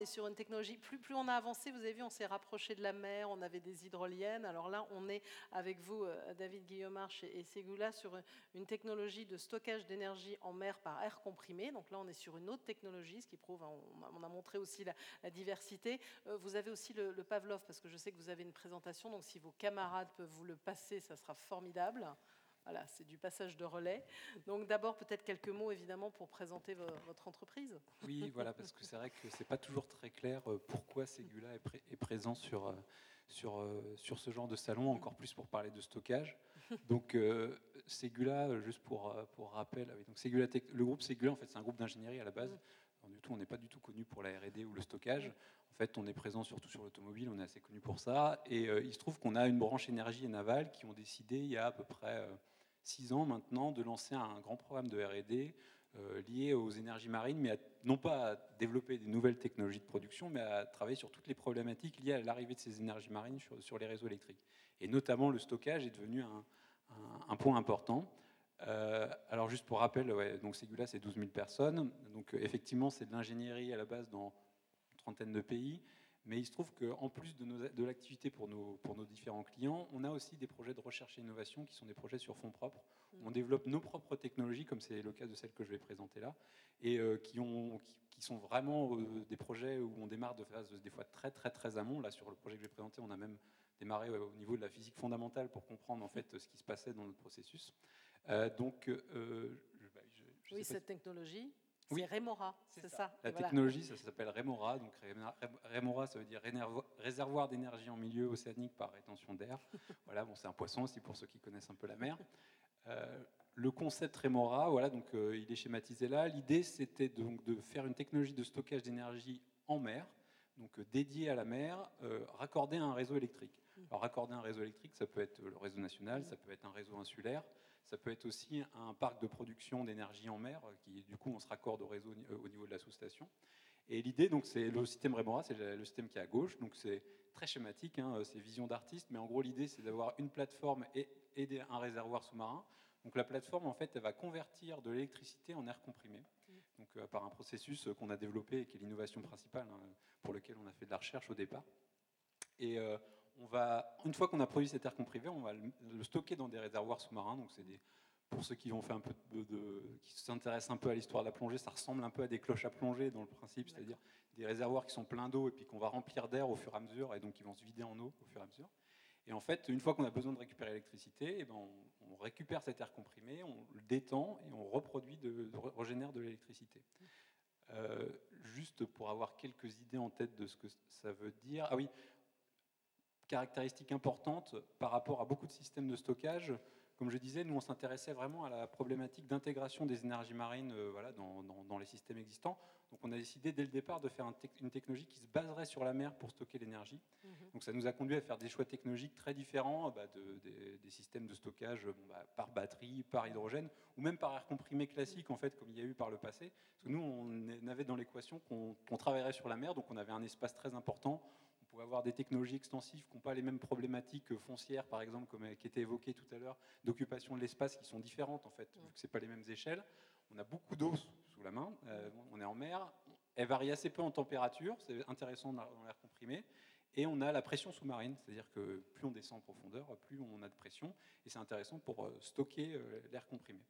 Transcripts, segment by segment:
Et sur une technologie, plus on a avancé, vous avez vu, on s'est rapproché de la mer, on avait des hydroliennes. Alors là, on est avec vous, David Guillaumard et Ségula, sur une technologie de stockage d'énergie en mer par air comprimé. Donc là, on est sur une autre technologie, ce qui prouve, on a montré aussi la diversité. Vous avez aussi le Pavlov, parce que je sais que vous avez une présentation, donc si vos camarades peuvent vous le passer, ça sera formidable. Voilà, c'est du passage de relais. Donc d'abord, peut-être quelques mots, évidemment, pour présenter votre entreprise. Oui, voilà, parce que c'est vrai que c'est pas toujours très clair pourquoi Ségula est présent sur ce genre de salon, encore plus pour parler de stockage. Donc Ségula, juste pour rappel, oui, donc le groupe Ségula, en fait, c'est un groupe d'ingénierie à la base. Alors, du tout, on n'est pas du tout connu pour la R&D ou le stockage. En fait, on est présent surtout sur l'automobile, on est assez connu pour ça. Et il se trouve qu'on a une branche énergie et navale qui ont décidé, il y a à peu près 6 ans maintenant, de lancer un grand programme de R&D lié aux énergies marines, mais non pas à développer des nouvelles technologies de production, mais à travailler sur toutes les problématiques liées à l'arrivée de ces énergies marines sur les réseaux électriques. Et notamment, le stockage est devenu un point important. Alors juste pour rappel, ouais, donc Ségula, c'est 12 000 personnes. Donc effectivement, c'est de l'ingénierie à la base dans une trentaine de pays. Mais il se trouve qu'en plus de l'activité pour nos différents clients, on a aussi des projets de recherche et innovation qui sont des projets sur fonds propres. On développe nos propres technologies, comme c'est le cas de celle que je vais présenter là, et qui sont vraiment des projets où on démarre de phase des fois très très très amont. Là, sur le projet que je vais présenter, on a même démarré au niveau de la physique fondamentale pour comprendre en fait ce qui se passait dans notre processus. Oui, cette technologie, oui, c'est Remora, c'est ça. La technologie, ça s'appelle Remora. Donc Remora, ça veut dire réservoir d'énergie en milieu océanique par rétention d'air. Voilà, bon, c'est un poisson aussi pour ceux qui connaissent un peu la mer. Le concept Remora, voilà, donc il est schématisé là. L'idée, c'était donc de faire une technologie de stockage d'énergie en mer, donc dédiée à la mer, raccordée à un réseau électrique. Alors raccordé à un réseau électrique, ça peut être le réseau national, ça peut être un réseau insulaire, ça peut être aussi un parc de production d'énergie en mer, qui du coup on se raccorde au réseau au niveau de la sous-station. Et l'idée, donc, c'est le système Remora, c'est le système qui est à gauche, donc c'est très schématique, hein, c'est vision d'artiste, mais en gros l'idée c'est d'avoir une plateforme et un réservoir sous-marin. Donc la plateforme, en fait, elle va convertir de l'électricité en air comprimé, donc par un processus qu'on a développé et qui est l'innovation principale, hein, pour lequel on a fait de la recherche au départ. Et une fois qu'on a produit cet air comprimé, on va le stocker dans des réservoirs sous-marins. Donc c'est pour ceux qui ont fait un peu qui s'intéressent un peu à l'histoire de la plongée, ça ressemble un peu à des cloches à plonger dans le principe, c'est-à-dire des réservoirs qui sont pleins d'eau et puis qu'on va remplir d'air au fur et à mesure, et donc qui vont se vider en eau au fur et à mesure. Et en fait, une fois qu'on a besoin de récupérer l'électricité, eh ben on récupère cet air comprimé, on le détend et on régénère de l'électricité. Juste pour avoir quelques idées en tête de ce que ça veut dire. Ah oui, caractéristique importante par rapport à beaucoup de systèmes de stockage. Comme je disais, nous, on s'intéressait vraiment à la problématique d'intégration des énergies marines voilà, dans les systèmes existants. Donc, on a décidé dès le départ de faire une technologie qui se baserait sur la mer pour stocker l'énergie. Donc, ça nous a conduit à faire des choix technologiques très différents des systèmes de stockage par batterie, par hydrogène, ou même par air comprimé classique, en fait, comme il y a eu par le passé. Parce que nous, on avait dans l'équation qu'on travaillerait sur la mer, donc on avait un espace très important. On pouvait avoir des technologies extensives qui n'ont pas les mêmes problématiques foncières, par exemple, qui était évoqué tout à l'heure, d'occupation de l'espace, qui sont différentes, en fait, vu que ce n'est pas les mêmes échelles. On a beaucoup d'eau sous la main, on est en mer, elle varie assez peu en température, c'est intéressant dans l'air comprimé, et on a la pression sous-marine, c'est-à-dire que plus on descend en profondeur, plus on a de pression, et c'est intéressant pour stocker l'air comprimé.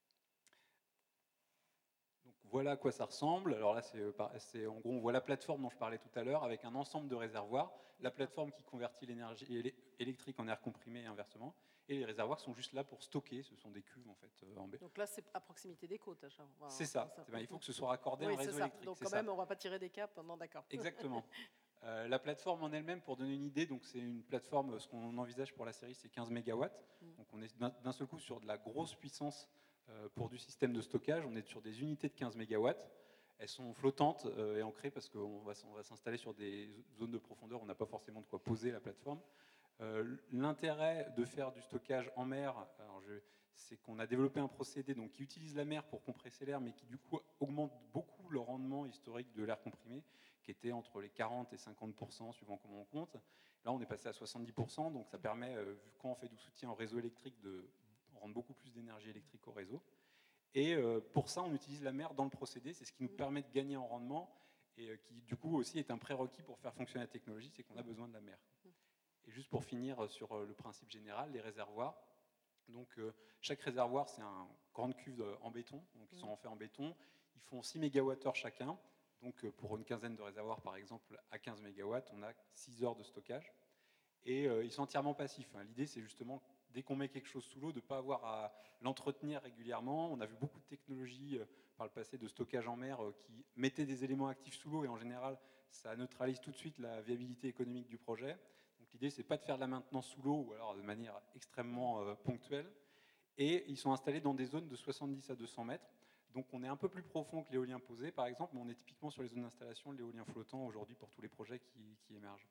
Donc voilà à quoi ça ressemble. Alors là, c'est en gros, on voit la plateforme dont je parlais tout à l'heure avec un ensemble de réservoirs. La plateforme qui convertit l'énergie électrique en air comprimé et inversement. Et les réservoirs sont juste là pour stocker. Ce sont des cuves en fait en baie. Donc là, c'est à proximité des côtes. C'est ça. Il faut que ce soit raccordé à un réseau électrique. Donc quand même, on ne va pas tirer des câbles. Non, d'accord. Exactement. La plateforme en elle-même, pour donner une idée, donc c'est une plateforme, ce qu'on envisage pour la série, c'est 15 MW. Donc on est d'un seul coup sur de la grosse puissance pour du système de stockage. On est sur des unités de 15 MW. Elles sont flottantes et ancrées parce qu'on va s'installer sur des zones de profondeur où on n'a pas forcément de quoi poser la plateforme. L'intérêt de faire du stockage en mer, c'est qu'on a développé un procédé donc, qui utilise la mer pour compresser l'air, mais qui du coup augmente beaucoup le rendement historique de l'air comprimé, qui était entre les 40 et 50%, suivant comment on compte. Là, on est passé à 70%, donc ça permet, quand on fait du soutien au réseau électrique, de rendre beaucoup plus d'énergie électrique au réseau. Et pour ça, on utilise la mer dans le procédé, c'est ce qui nous permet de gagner en rendement et qui du coup aussi est un prérequis pour faire fonctionner la technologie, c'est qu'on a besoin de la mer. Et juste pour finir sur le principe général, les réservoirs. Donc chaque réservoir, c'est une grande cuve en béton, donc ils sont faits en béton, ils font 6 MWh chacun. Donc pour une quinzaine de réservoirs par exemple à 15 MW, on a 6 heures de stockage. Et ils sont entièrement passifs. L'idée, c'est justement, dès qu'on met quelque chose sous l'eau, de ne pas avoir à l'entretenir régulièrement. On a vu beaucoup de technologies par le passé de stockage en mer qui mettaient des éléments actifs sous l'eau, et en général, ça neutralise tout de suite la viabilité économique du projet. Donc l'idée, c'est pas de faire de la maintenance sous l'eau, ou alors de manière extrêmement ponctuelle. Et ils sont installés dans des zones de 70 à 200 mètres. Donc on est un peu plus profond que l'éolien posé, par exemple, mais on est typiquement sur les zones d'installation de l'éolien flottant aujourd'hui pour tous les projets qui émergent.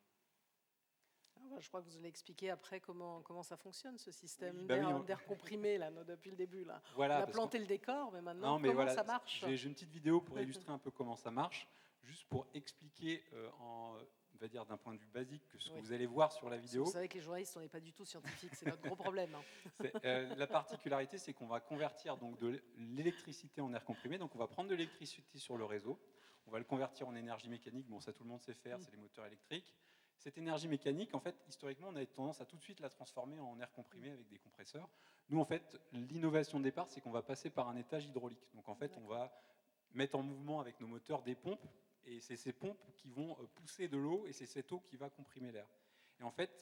Je crois que vous allez expliquer après comment ça fonctionne, ce système Oui, d'air comprimé là, depuis le début. Là. Voilà, on a planté le décor, mais maintenant, ça marche? J'ai une petite vidéo pour illustrer un peu comment ça marche, juste pour expliquer, on va dire d'un point de vue basique, que ce que vous allez voir sur la vidéo. Vous savez que les journalistes, on n'est pas du tout scientifiques, c'est notre gros problème. La particularité, c'est qu'on va convertir donc, de l'électricité en air comprimé. Donc on va prendre de l'électricité sur le réseau, on va le convertir en énergie mécanique. Bon, ça tout le monde sait faire, c'est les moteurs électriques. Cette énergie mécanique, en fait, historiquement, on a tendance à tout de suite la transformer en air comprimé avec des compresseurs. Nous, en fait, l'innovation de départ, c'est qu'on va passer par un étage hydraulique. Donc, en fait, on va mettre en mouvement avec nos moteurs des pompes, et c'est ces pompes qui vont pousser de l'eau, et c'est cette eau qui va comprimer l'air. Et en fait,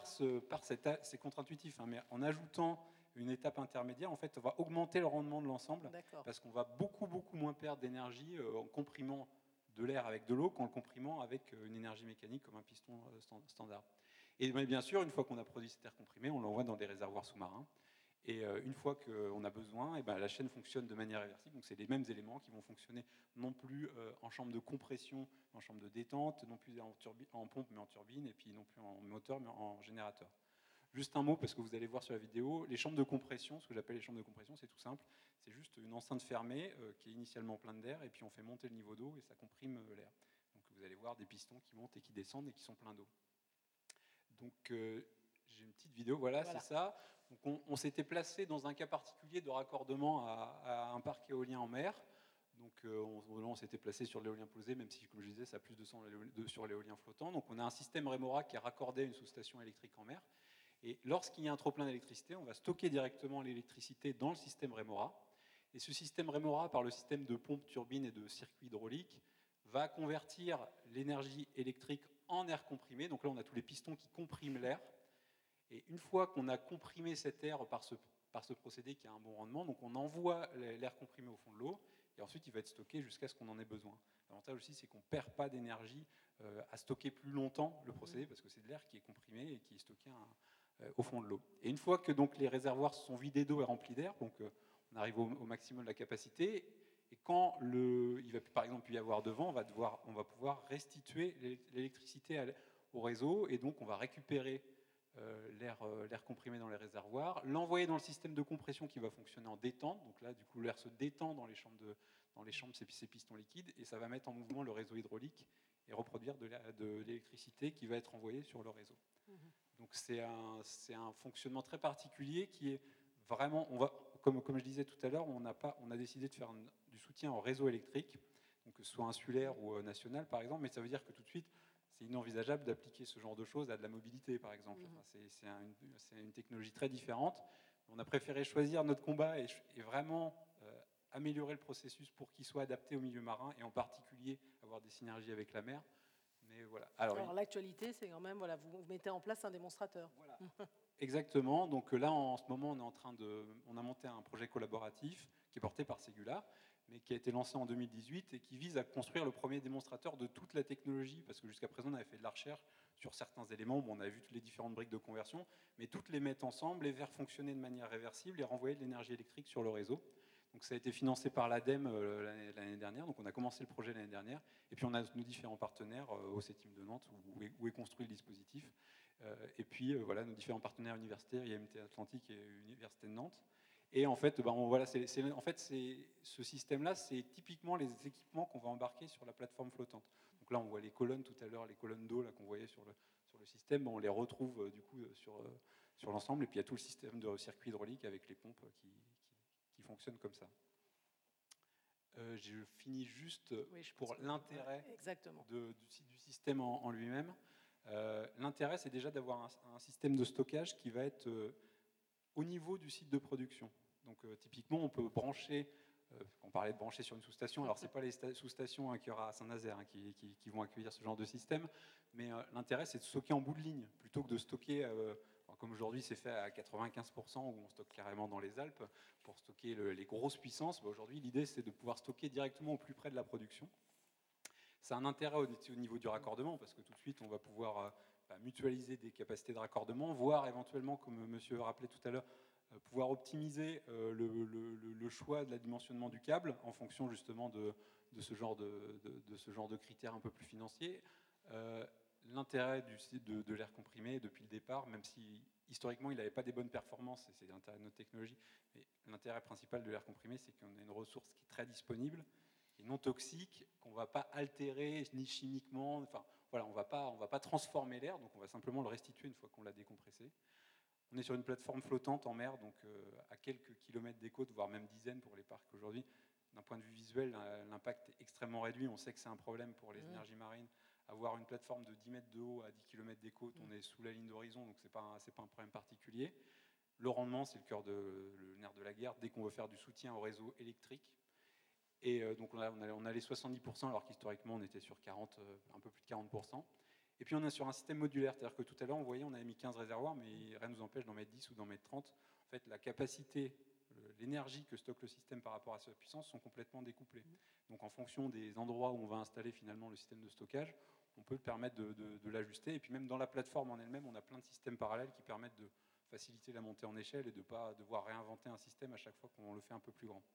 c'est contre-intuitif, mais en ajoutant une étape intermédiaire, en fait, on va augmenter le rendement de l'ensemble, parce qu'on va beaucoup moins perdre d'énergie en comprimant de l'air avec de l'eau qu'en le comprimant avec une énergie mécanique comme un piston standard. Et bien sûr, une fois qu'on a produit cet air comprimé, on l'envoie dans des réservoirs sous-marins. Et une fois qu'on a besoin, la chaîne fonctionne de manière réversible. Donc c'est les mêmes éléments qui vont fonctionner non plus en chambre de compression, en chambre de détente, non plus en pompe mais en turbine, et puis non plus en moteur mais en générateur. Juste un mot, parce que vous allez voir sur la vidéo, les chambres de compression, ce que j'appelle les chambres de compression, c'est tout simple. C'est juste une enceinte fermée qui est initialement pleine d'air, et puis on fait monter le niveau d'eau et ça comprime l'air. Donc vous allez voir des pistons qui montent et qui descendent et qui sont pleins d'eau. Donc j'ai une petite vidéo, voilà. C'est ça. Donc on s'était placé dans un cas particulier de raccordement à un parc éolien en mer. Donc on s'était placé sur l'éolien posé, même si, comme je disais, ça a plus de sens sur l'éolien flottant. Donc on a un système Remora qui est raccordé à une sous-station électrique en mer. Et lorsqu'il y a un trop-plein d'électricité, on va stocker directement l'électricité dans le système Remora. Et ce système Remora, par le système de pompe, turbine et de circuit hydraulique, va convertir l'énergie électrique en air comprimé. Donc là, on a tous les pistons qui compriment l'air. Et une fois qu'on a comprimé cet air par ce procédé qui a un bon rendement, donc on envoie l'air comprimé au fond de l'eau, et ensuite il va être stocké jusqu'à ce qu'on en ait besoin. L'avantage aussi, c'est qu'on ne perd pas d'énergie à stocker plus longtemps le procédé, parce que c'est de l'air qui est comprimé et qui est stocké au fond de l'eau. Et une fois que donc, les réservoirs sont vidés d'eau et remplis d'air, donc on arrive au maximum de la capacité, et quand il va par exemple y avoir de vent, on va pouvoir restituer l'électricité au réseau, et donc on va récupérer l'air comprimé dans les réservoirs, l'envoyer dans le système de compression qui va fonctionner en détente. Donc là, du coup, l'air se détend dans les chambres, ces pistons liquides, et ça va mettre en mouvement le réseau hydraulique et reproduire de l'électricité qui va être envoyée sur le réseau. Donc c'est un fonctionnement très particulier qui est vraiment, comme je disais tout à l'heure, on a décidé de faire du soutien au réseau électrique, donc que ce soit insulaire ou national par exemple, mais ça veut dire que tout de suite, c'est inenvisageable d'appliquer ce genre de choses à de la mobilité par exemple. C'est une technologie très différente. On a préféré choisir notre combat et vraiment améliorer le processus pour qu'il soit adapté au milieu marin, et en particulier avoir des synergies avec la mer. Mais voilà. Alors l'actualité, c'est quand même, vous mettez en place un démonstrateur. Voilà. Exactement. Donc là, en ce moment, on a monté un projet collaboratif qui est porté par Ségula, mais qui a été lancé en 2018 et qui vise à construire le premier démonstrateur de toute la technologie, parce que jusqu'à présent, on avait fait de la recherche sur certains éléments. Bon, on a vu toutes les différentes briques de conversion, mais toutes les mettre ensemble, les faire fonctionner de manière réversible et renvoyer de l'énergie électrique sur le réseau. Donc ça a été financé par l'ADEME l'année dernière. Donc on a commencé le projet l'année dernière. Et puis on a nos différents partenaires au CETIM de Nantes, où est construit le dispositif. Et puis voilà, nos différents partenaires universitaires, IMT Atlantique et Université de Nantes. Et en fait, ce système-là, c'est typiquement les équipements qu'on va embarquer sur la plateforme flottante. Donc là, on voit les colonnes tout à l'heure, les colonnes d'eau qu'on voyait sur le système. On les retrouve du coup sur l'ensemble. Et puis il y a tout le système de circuit hydraulique avec les pompes qui fonctionne comme ça. Je finis juste Oui, je pense pour que- l'intérêt ouais, exactement. du système en lui-même. L'intérêt, c'est déjà d'avoir un système de stockage qui va être au niveau du site de production. Donc typiquement, on peut brancher, on parlait de brancher sur une sous-station, alors ce n'est pas les sous-stations qu'il y aura à Saint-Nazaire qui vont accueillir ce genre de système, mais l'intérêt, c'est de stocker en bout de ligne, plutôt que de stocker, comme aujourd'hui c'est fait à 95%, où on stocke carrément dans les Alpes, pour stocker les grosses puissances. Aujourd'hui, l'idée, c'est de pouvoir stocker directement au plus près de la production. C'est un intérêt au niveau du raccordement, parce que tout de suite, on va pouvoir mutualiser des capacités de raccordement, voire éventuellement, comme monsieur rappelait tout à l'heure, pouvoir optimiser le choix de la dimensionnement du câble en fonction justement de ce genre de critères un peu plus financiers. L'intérêt de l'air comprimé depuis le départ, même si historiquement il n'avait pas des bonnes performances, et c'est l'intérêt de notre technologie, mais l'intérêt principal de l'air comprimé, c'est qu'on a une ressource qui est très disponible, et non toxique, qu'on ne va pas altérer ni chimiquement, enfin voilà, on ne va pas transformer l'air, donc on va simplement le restituer une fois qu'on l'a décompressé. On est sur une plateforme flottante en mer, donc à quelques kilomètres des côtes, voire même dizaines pour les parcs aujourd'hui. D'un point de vue visuel, l'impact est extrêmement réduit. On sait que c'est un problème pour les énergies marines. Avoir une plateforme de 10 mètres de haut à 10 km des côtes, on est sous la ligne d'horizon, donc ce n'est pas un problème particulier. Le rendement, c'est le nerf de la guerre, dès qu'on veut faire du soutien au réseau électrique. Et donc on a les 70%, alors qu'historiquement on était sur 40, un peu plus de 40%. Et puis on est sur un système modulaire, c'est-à-dire que tout à l'heure on voyait on avait mis 15 réservoirs, mais rien ne nous empêche d'en mettre 10 ou d'en mettre 30. En fait, la capacité, l'énergie que stocke le système par rapport à sa puissance sont complètement découplées. Donc en fonction des endroits où on va installer finalement le système de stockage, on peut permettre de l'ajuster. Et puis même dans la plateforme en elle-même, on a plein de systèmes parallèles qui permettent de faciliter la montée en échelle et de ne pas devoir réinventer un système à chaque fois qu'on le fait un peu plus grand.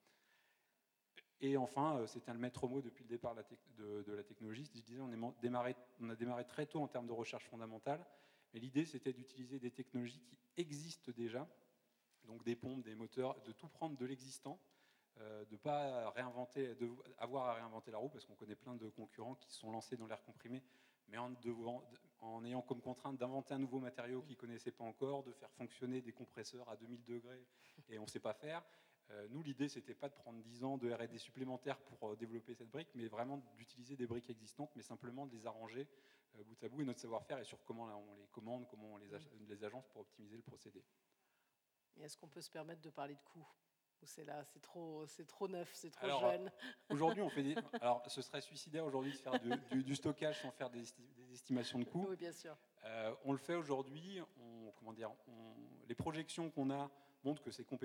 Et enfin, c'était le maître mot depuis le départ de la technologie. Je disais, on a démarré très tôt en termes de recherche fondamentale, mais l'idée, c'était d'utiliser des technologies qui existent déjà, donc des pompes, des moteurs, de tout prendre de l'existant, de ne pas avoir à réinventer la roue, parce qu'on connaît plein de concurrents qui se sont lancés dans l'air comprimé, mais en ayant comme contrainte d'inventer un nouveau matériau qu'ils ne connaissaient pas encore, de faire fonctionner des compresseurs à 2000 degrés, et on ne sait pas faire. Nous, l'idée, c'était pas de prendre 10 ans de R&D supplémentaires pour développer cette brique, mais vraiment d'utiliser des briques existantes, mais simplement de les arranger bout à bout, et notre savoir-faire est sur comment on les commande, comment on les agence pour optimiser le procédé. Et est-ce qu'on peut se permettre de parler de coûts? Ou c'est là, c'est trop neuf, c'est trop jeune? Aujourd'hui, alors, ce serait suicidaire aujourd'hui de faire du stockage sans faire des estimations de coûts. Oui, bien sûr. On le fait aujourd'hui. Les projections qu'on a montrent que c'est compétitif.